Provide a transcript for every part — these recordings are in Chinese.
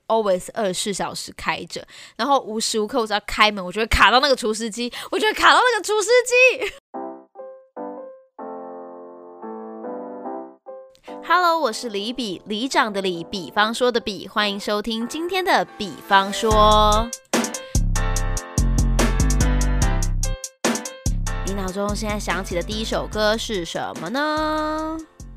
always 24小时开着，然后无时无刻我只要开门，我就会卡到那个除湿机，Hello， 我是李比，里长的李，比方说的比，欢迎收听今天的比方说。你脑中现在想起的第一首歌是什么呢？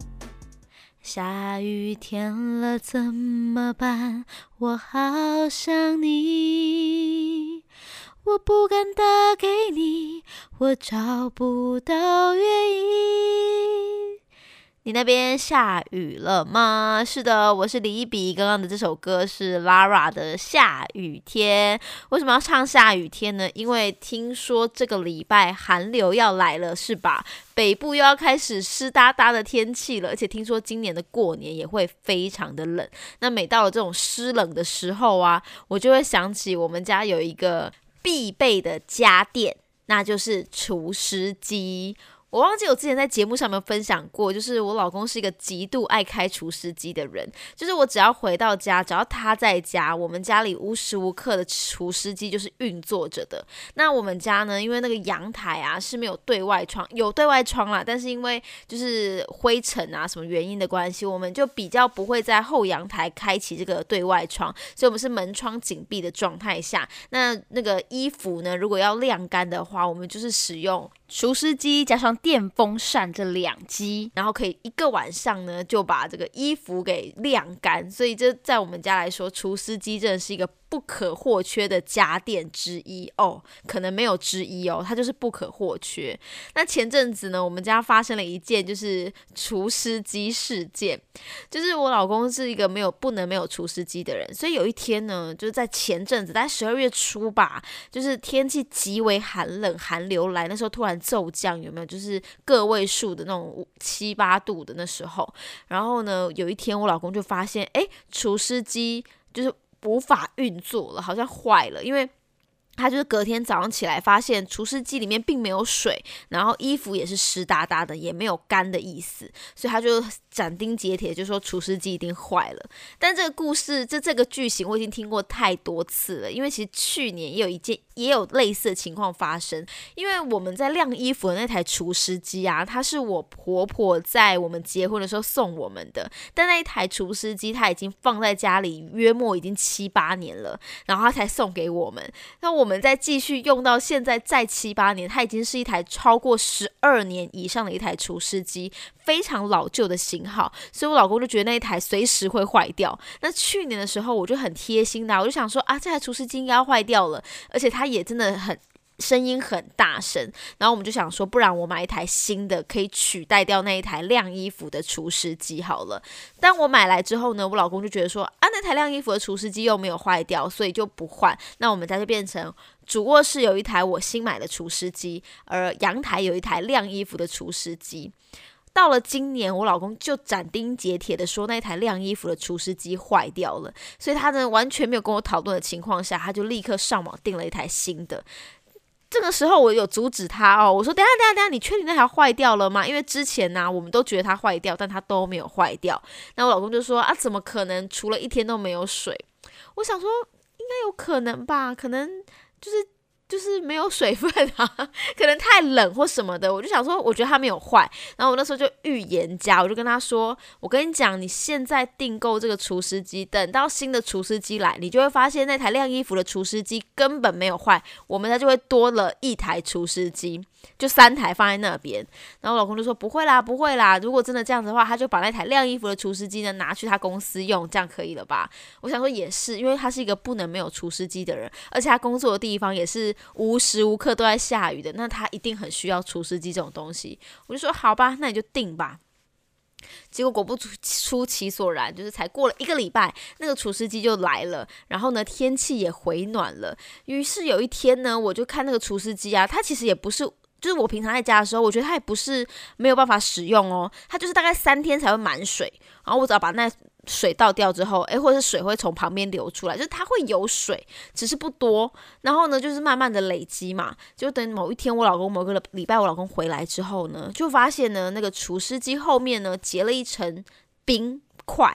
下雨天了怎么办？我好想你，我不敢打给你，我找不到原因。你那边下雨了吗？是的，我是李比。刚刚的这首歌是 Lara 的下雨天。为什么要唱下雨天呢？因为听说这个礼拜寒流要来了，是吧？北部又要开始湿哒哒的天气了，而且听说今年的过年也会非常的冷。那每到了这种湿冷的时候啊，我就会想起我们家有一个必备的家电，那就是除湿机。我忘记我之前在节目上有没有分享过，就是我老公是一个极度爱开除湿机的人，就是我只要回到家，只要他在家，我们家里无时无刻的除湿机就是运作着的。那我们家呢，因为那个阳台啊是没有对外窗，有对外窗啦，但是因为就是灰尘啊什么原因的关系，我们就比较不会在后阳台开启这个对外窗，所以我们是门窗紧闭的状态下。那个衣服呢，如果要晾干的话，我们就是使用除湿机加上电风扇这2机，然后可以一个晚上呢就把这个衣服给晾干，所以这在我们家来说，除湿机真的是一个不可或缺的家电之一哦，可能没有之一哦，它就是不可或缺。那前阵子呢，我们家发生了一件就是除湿机事件，就是我老公是一个不能没有除湿机的人，所以有一天呢，就是在前阵子，在12月初吧，就是天气极为寒冷，寒流来，那时候突然骤降，有没有？就是个位数的那种7、8度的那时候，然后呢，有一天我老公就发现，除湿机就是无法运作了，好像坏了，因为他就是隔天早上起来发现除湿机里面并没有水，然后衣服也是湿哒哒的，也没有干的意思，所以他就斩钉截铁就说除湿机一定坏了。但这个故事这个剧情我已经听过太多次了，因为其实去年也有类似的情况发生。因为我们在晾衣服的那台除湿机啊，它是我婆婆在我们结婚的时候送我们的，但那一台除湿机它已经放在家里约莫已经7、8年了，然后他才送给我们。那我们再继续用到现在再7、8年，它已经是一台超过12年以上的一台除湿机，非常老旧的型号，所以我老公就觉得那一台随时会坏掉。那去年的时候我就很贴心的，我就想说啊，这台除湿机应该要坏掉了，而且它也真的声音很大声，然后我们就想说，不然我买一台新的，可以取代掉那一台晾衣服的除湿机好了。但我买来之后呢，我老公就觉得说，那台晾衣服的除湿机又没有坏掉，所以就不换。那我们家就变成主卧室有一台我新买的除湿机，而阳台有一台晾衣服的除湿机。到了今年，我老公就斩钉截铁的说那一台晾衣服的除湿机坏掉了，所以他呢完全没有跟我讨论的情况下，他就立刻上网订了一台新的。这个时候我有阻止他哦，我说等一下，你确定那台坏掉了吗？因为之前呢，我们都觉得它坏掉，但它都没有坏掉。那我老公就说啊，怎么可能？除了1天都没有水。我想说应该有可能吧，可能就是没有水分啊，可能太冷或什么的。我就想说，我觉得它没有坏，然后我那时候就预言家，我就跟他说，我跟你讲，你现在订购这个除湿机，等到新的除湿机来，你就会发现那台晾衣服的除湿机根本没有坏，我们家就会多了1台除湿机，就3台放在那边。然后我老公就说不会啦，如果真的这样子的话，他就把那台晾衣服的除湿机呢拿去他公司用，这样可以了吧？我想说也是，因为他是一个不能没有除湿机的人，而且他工作的地方也是无时无刻都在下雨的，那他一定很需要除湿机这种东西。我就说好吧，那你就订吧。结果果不出其所然，就是才过了1个礼拜，那个除湿机就来了，然后呢天气也回暖了。于是有一天呢，我就看那个除湿机啊，它其实也不是，就是我平常在家的时候，我觉得它也不是没有办法使用哦，它就是大概3天才会满水，然后我只要把那水倒掉之后，或者是水会从旁边流出来，就是它会有水，只是不多。然后呢，就是慢慢的累积嘛，就等某一天某个礼拜我老公回来之后呢，就发现呢那个除湿机后面呢结了一层冰块。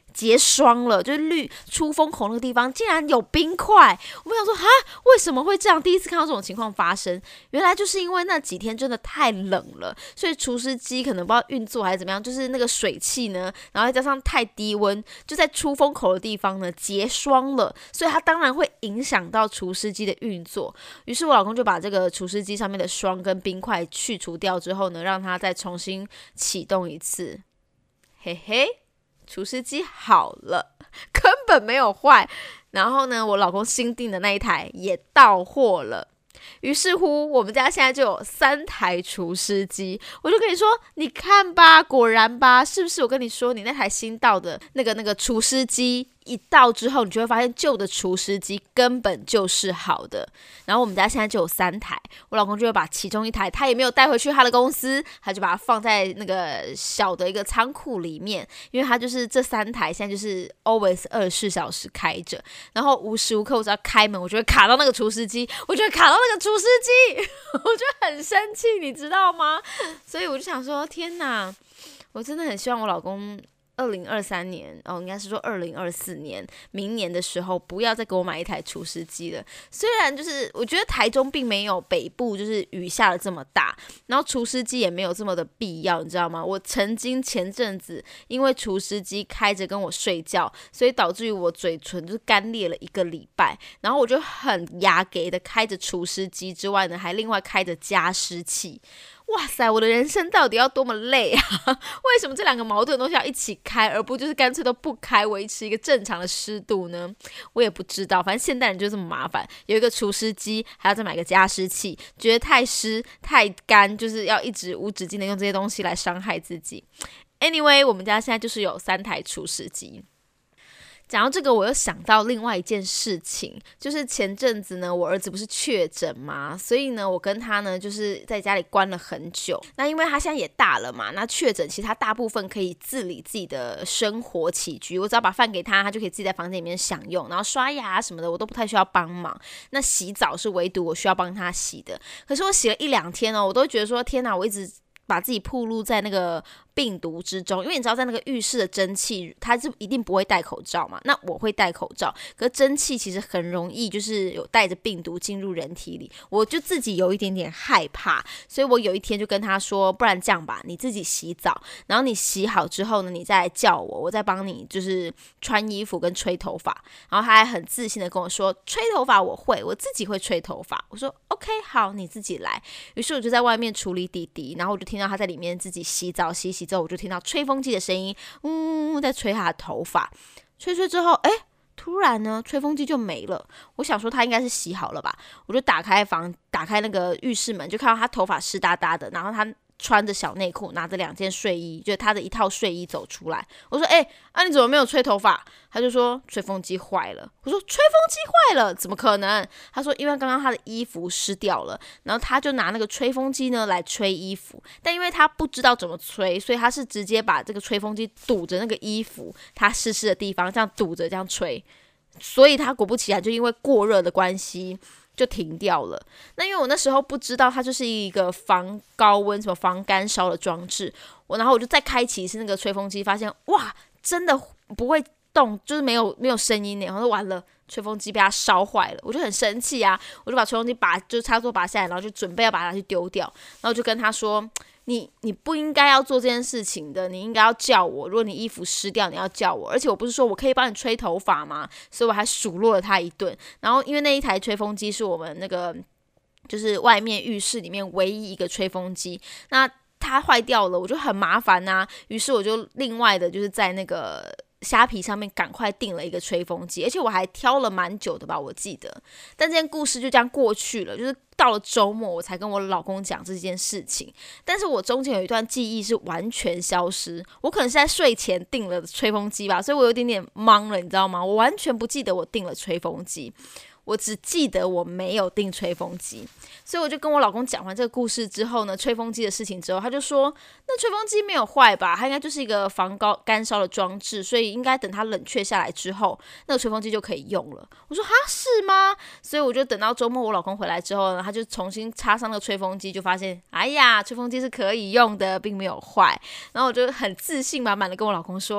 结霜了，就是出风口那个地方竟然有冰块。我想说为什么会这样？第一次看到这种情况发生，原来就是因为那几天真的太冷了，所以除湿机可能不知道运作还是怎么样，就是那个水汽呢，然后再加上太低温，就在出风口的地方呢结霜了，所以它当然会影响到除湿机的运作。于是我老公就把这个除湿机上面的霜跟冰块去除掉之后呢，让它再重新启动一次。嘿嘿，除湿机好了，根本没有坏。然后呢，我老公新订的那一台也到货了。于是乎，我们家现在就有3台除湿机。我就跟你说，你看吧，果然吧，是不是？我跟你说，你那台新到的那个除湿机一到之后，你就会发现旧的除湿机根本就是好的。然后我们家现在就有3台，我老公就会把其中一台，他也没有带回去他的公司，他就把它放在那个小的一个仓库里面，因为他就是这3台现在就是 always 24小时开着，然后无时无刻我只要开门，我就会卡到那个除湿机，我就会卡到那个除湿机，我就很生气，你知道吗？所以我就想说，天哪，我真的很希望我老公2023年应该是说2024年明年的时候不要再给我买一台除湿机了。虽然就是我觉得台中并没有北部就是雨下的这么大，然后除湿机也没有这么的必要，你知道吗？我曾经前阵子因为除湿机开着跟我睡觉，所以导致于我嘴唇就是干裂了1个礼拜，然后我就很牙给的开着除湿机之外呢，还另外开着加湿器。哇塞，我的人生到底要多么累啊？为什么这2个矛盾的东西要一起开，而不就是干脆都不开，维持一个正常的湿度呢？我也不知道，反正现代人就这么麻烦，有一个除湿机，还要再买个加湿器，觉得太湿太干，就是要一直无止境的用这些东西来伤害自己。Anyway， 我们家现在就是有3台除湿机。讲到这个，我又想到另外一件事情，就是前阵子呢，我儿子不是确诊嘛，所以呢，我跟他呢就是在家里关了很久。那因为他现在也大了嘛，那确诊其实他大部分可以自理自己的生活起居，我只要把饭给他，他就可以自己在房间里面享用，然后刷牙什么的我都不太需要帮忙。那洗澡是唯独我需要帮他洗的，可是我洗了1-2天哦，我都会觉得说天哪，我一直把自己暴露在那个病毒之中，因为你知道在那个浴室的蒸汽它是一定不会戴口罩嘛，那我会戴口罩，可是蒸汽其实很容易就是有带着病毒进入人体里，我就自己有一点点害怕，所以我有一天就跟他说，不然这样吧，你自己洗澡，然后你洗好之后呢，你再来叫我，我再帮你就是穿衣服跟吹头发。然后他还很自信的跟我说，吹头发我会，我自己会吹头发。我说 OK 好，你自己来。于是我就在外面处理弟弟，然后我就听到他在里面自己洗澡，洗之后我就听到吹风机的声音，在吹他的头发，吹之后，突然呢，吹风机就没了。我想说他应该是洗好了吧，我就打开那个浴室门，就看到他头发湿哒哒的，然后他穿着小内裤，拿着2件睡衣，就是他的一套睡衣走出来。我说你怎么没有吹头发？他就说吹风机坏了。我说吹风机坏了怎么可能？他说因为刚刚他的衣服湿掉了，然后他就拿那个吹风机呢来吹衣服，但因为他不知道怎么吹，所以他是直接把这个吹风机堵着那个衣服他湿湿的地方，这样堵着这样吹，所以他果不其然就因为过热的关系就停掉了。那因为我那时候不知道它就是一个防高温什么防干烧的装置，然后我就再开启一次那个吹风机，发现哇真的不会动，就是没有声音耶。然后完了，吹风机被它烧坏了，我就很生气啊，我就把吹风机就是插座拔下来，然后就准备要把它去丢掉，然后就跟他说你不应该要做这件事情的，你应该要叫我，如果你衣服湿掉你要叫我，而且我不是说我可以帮你吹头发吗？所以我还数落了他一顿。然后因为那一台吹风机是我们那个就是外面浴室里面唯一一个吹风机，那它坏掉了我就很麻烦啊，于是我就另外的就是在那个虾皮上面赶快订了一个吹风机，而且我还挑了蛮久的吧，我记得。但这件故事就这样过去了，就是到了周末我才跟我老公讲这件事情，但是我中间有一段记忆是完全消失，我可能是在睡前订了吹风机吧，所以我有点点懵了，你知道吗？我完全不记得我订了吹风机，我只记得我没有订吹风机。所以我就跟我老公讲完这个故事之后呢，吹风机的事情之后，他就说那吹风机没有坏吧，它应该就是一个防干烧的装置，所以应该等它冷却下来之后，那个吹风机就可以用了。我说哈是吗？所以我就等到周末我老公回来之后呢，他就重新插上那个吹风机，就发现哎呀吹风机是可以用的，并没有坏。然后我就很自信满满的跟我老公说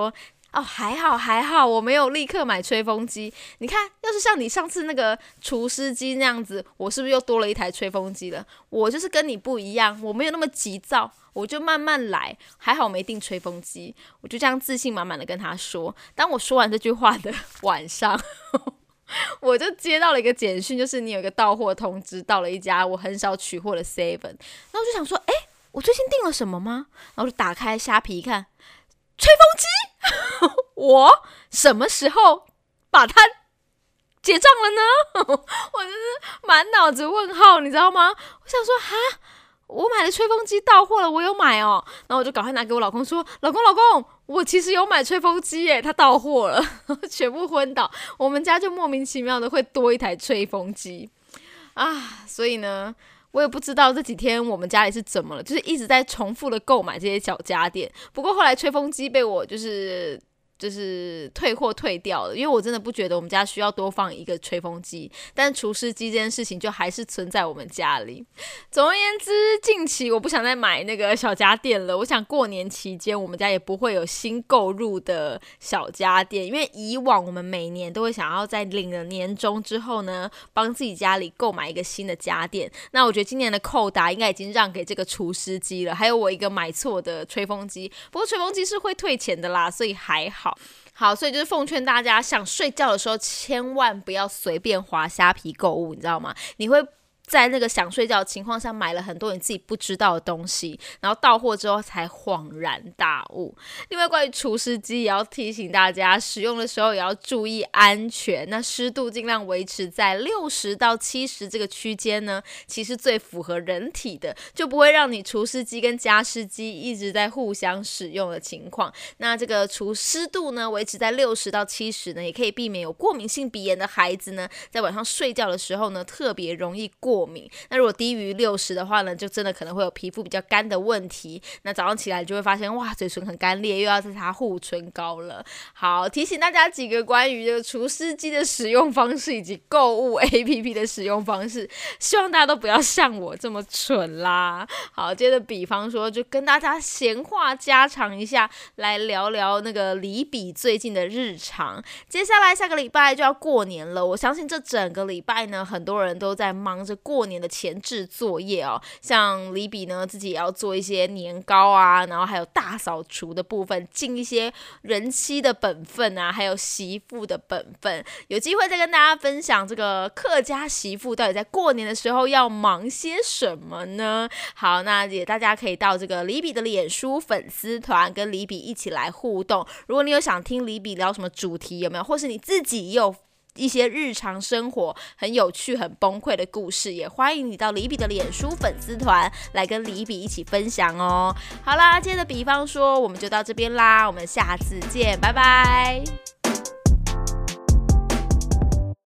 还好，我没有立刻买吹风机。你看，要是像你上次那个除湿机那样子，我是不是又多了一台吹风机了？我就是跟你不一样，我没有那么急躁，我就慢慢来。还好没订吹风机，我就这样自信满满的跟他说。当我说完这句话的晚上，我就接到了一个简讯，就是你有一个到货通知到了一家我很少取货的 Seven， 然后我就想说，我最近订了什么吗？然后就打开虾皮一看，吹风机。我什么时候把它结账了呢？我就是满脑子问号，你知道吗？我想说，我买的吹风机到货了，我有买哦。然后我就赶快拿给我老公说，老公，我其实有买吹风机耶，它到货了。全部昏倒，我们家就莫名其妙的会多一台吹风机啊。所以呢，我也不知道这几天我们家里是怎么了，就是一直在重复的购买这些小家电。不过后来吹风机被我就是退货退掉了，因为我真的不觉得我们家需要多放一个吹风机，但除湿机这件事情就还是存在我们家里。总而言之，近期我不想再买那个小家电了，我想过年期间我们家也不会有新购入的小家电，因为以往我们每年都会想要在领了年终之后呢，帮自己家里购买一个新的家电。那我觉得今年的扣打应该已经让给这个除湿机了，还有我一个买错的吹风机，不过吹风机是会退钱的啦，所以还好。好，所以就是奉劝大家，想睡觉的时候千万不要随便滑虾皮购物，你知道吗？你会在那个想睡觉的情况下买了很多你自己不知道的东西，然后到货之后才恍然大悟。另外关于除湿机也要提醒大家，使用的时候也要注意安全，那湿度尽量维持在60到70这个区间呢，其实最符合人体的，就不会让你除湿机跟加湿机一直在互相使用的情况。那这个除湿度呢维持在60到70呢，也可以避免有过敏性鼻炎的孩子呢，在晚上睡觉的时候呢特别容易过敏。那如果低于60的话呢，就真的可能会有皮肤比较干的问题。那早上起来就会发现，哇，嘴唇很干裂，又要再擦护唇膏了。好，提醒大家几个关于这个除湿机的使用方式以及购物 APP 的使用方式，希望大家都不要像我这么蠢啦。好，接着比方说，就跟大家闲话家常一下，来聊聊那个李比最近的日常。接下来下个礼拜就要过年了，我相信这整个礼拜呢，很多人都在忙着过年的前置作业哦。像李比呢，自己也要做一些年糕啊，然后还有大扫除的部分，尽一些人妻的本分啊，还有媳妇的本分。有机会再跟大家分享这个客家媳妇到底在过年的时候要忙些什么呢？好，那也大家可以到这个李比的脸书粉丝团跟李比一起来互动。如果你有想听李比聊什么主题，有没有？或是你自己也有一些日常生活很有趣很崩溃的故事，也欢迎你到李比的脸书粉丝团来跟李比一起分享哦。好啦，接着比方说我们就到这边啦，我们下次见，拜拜。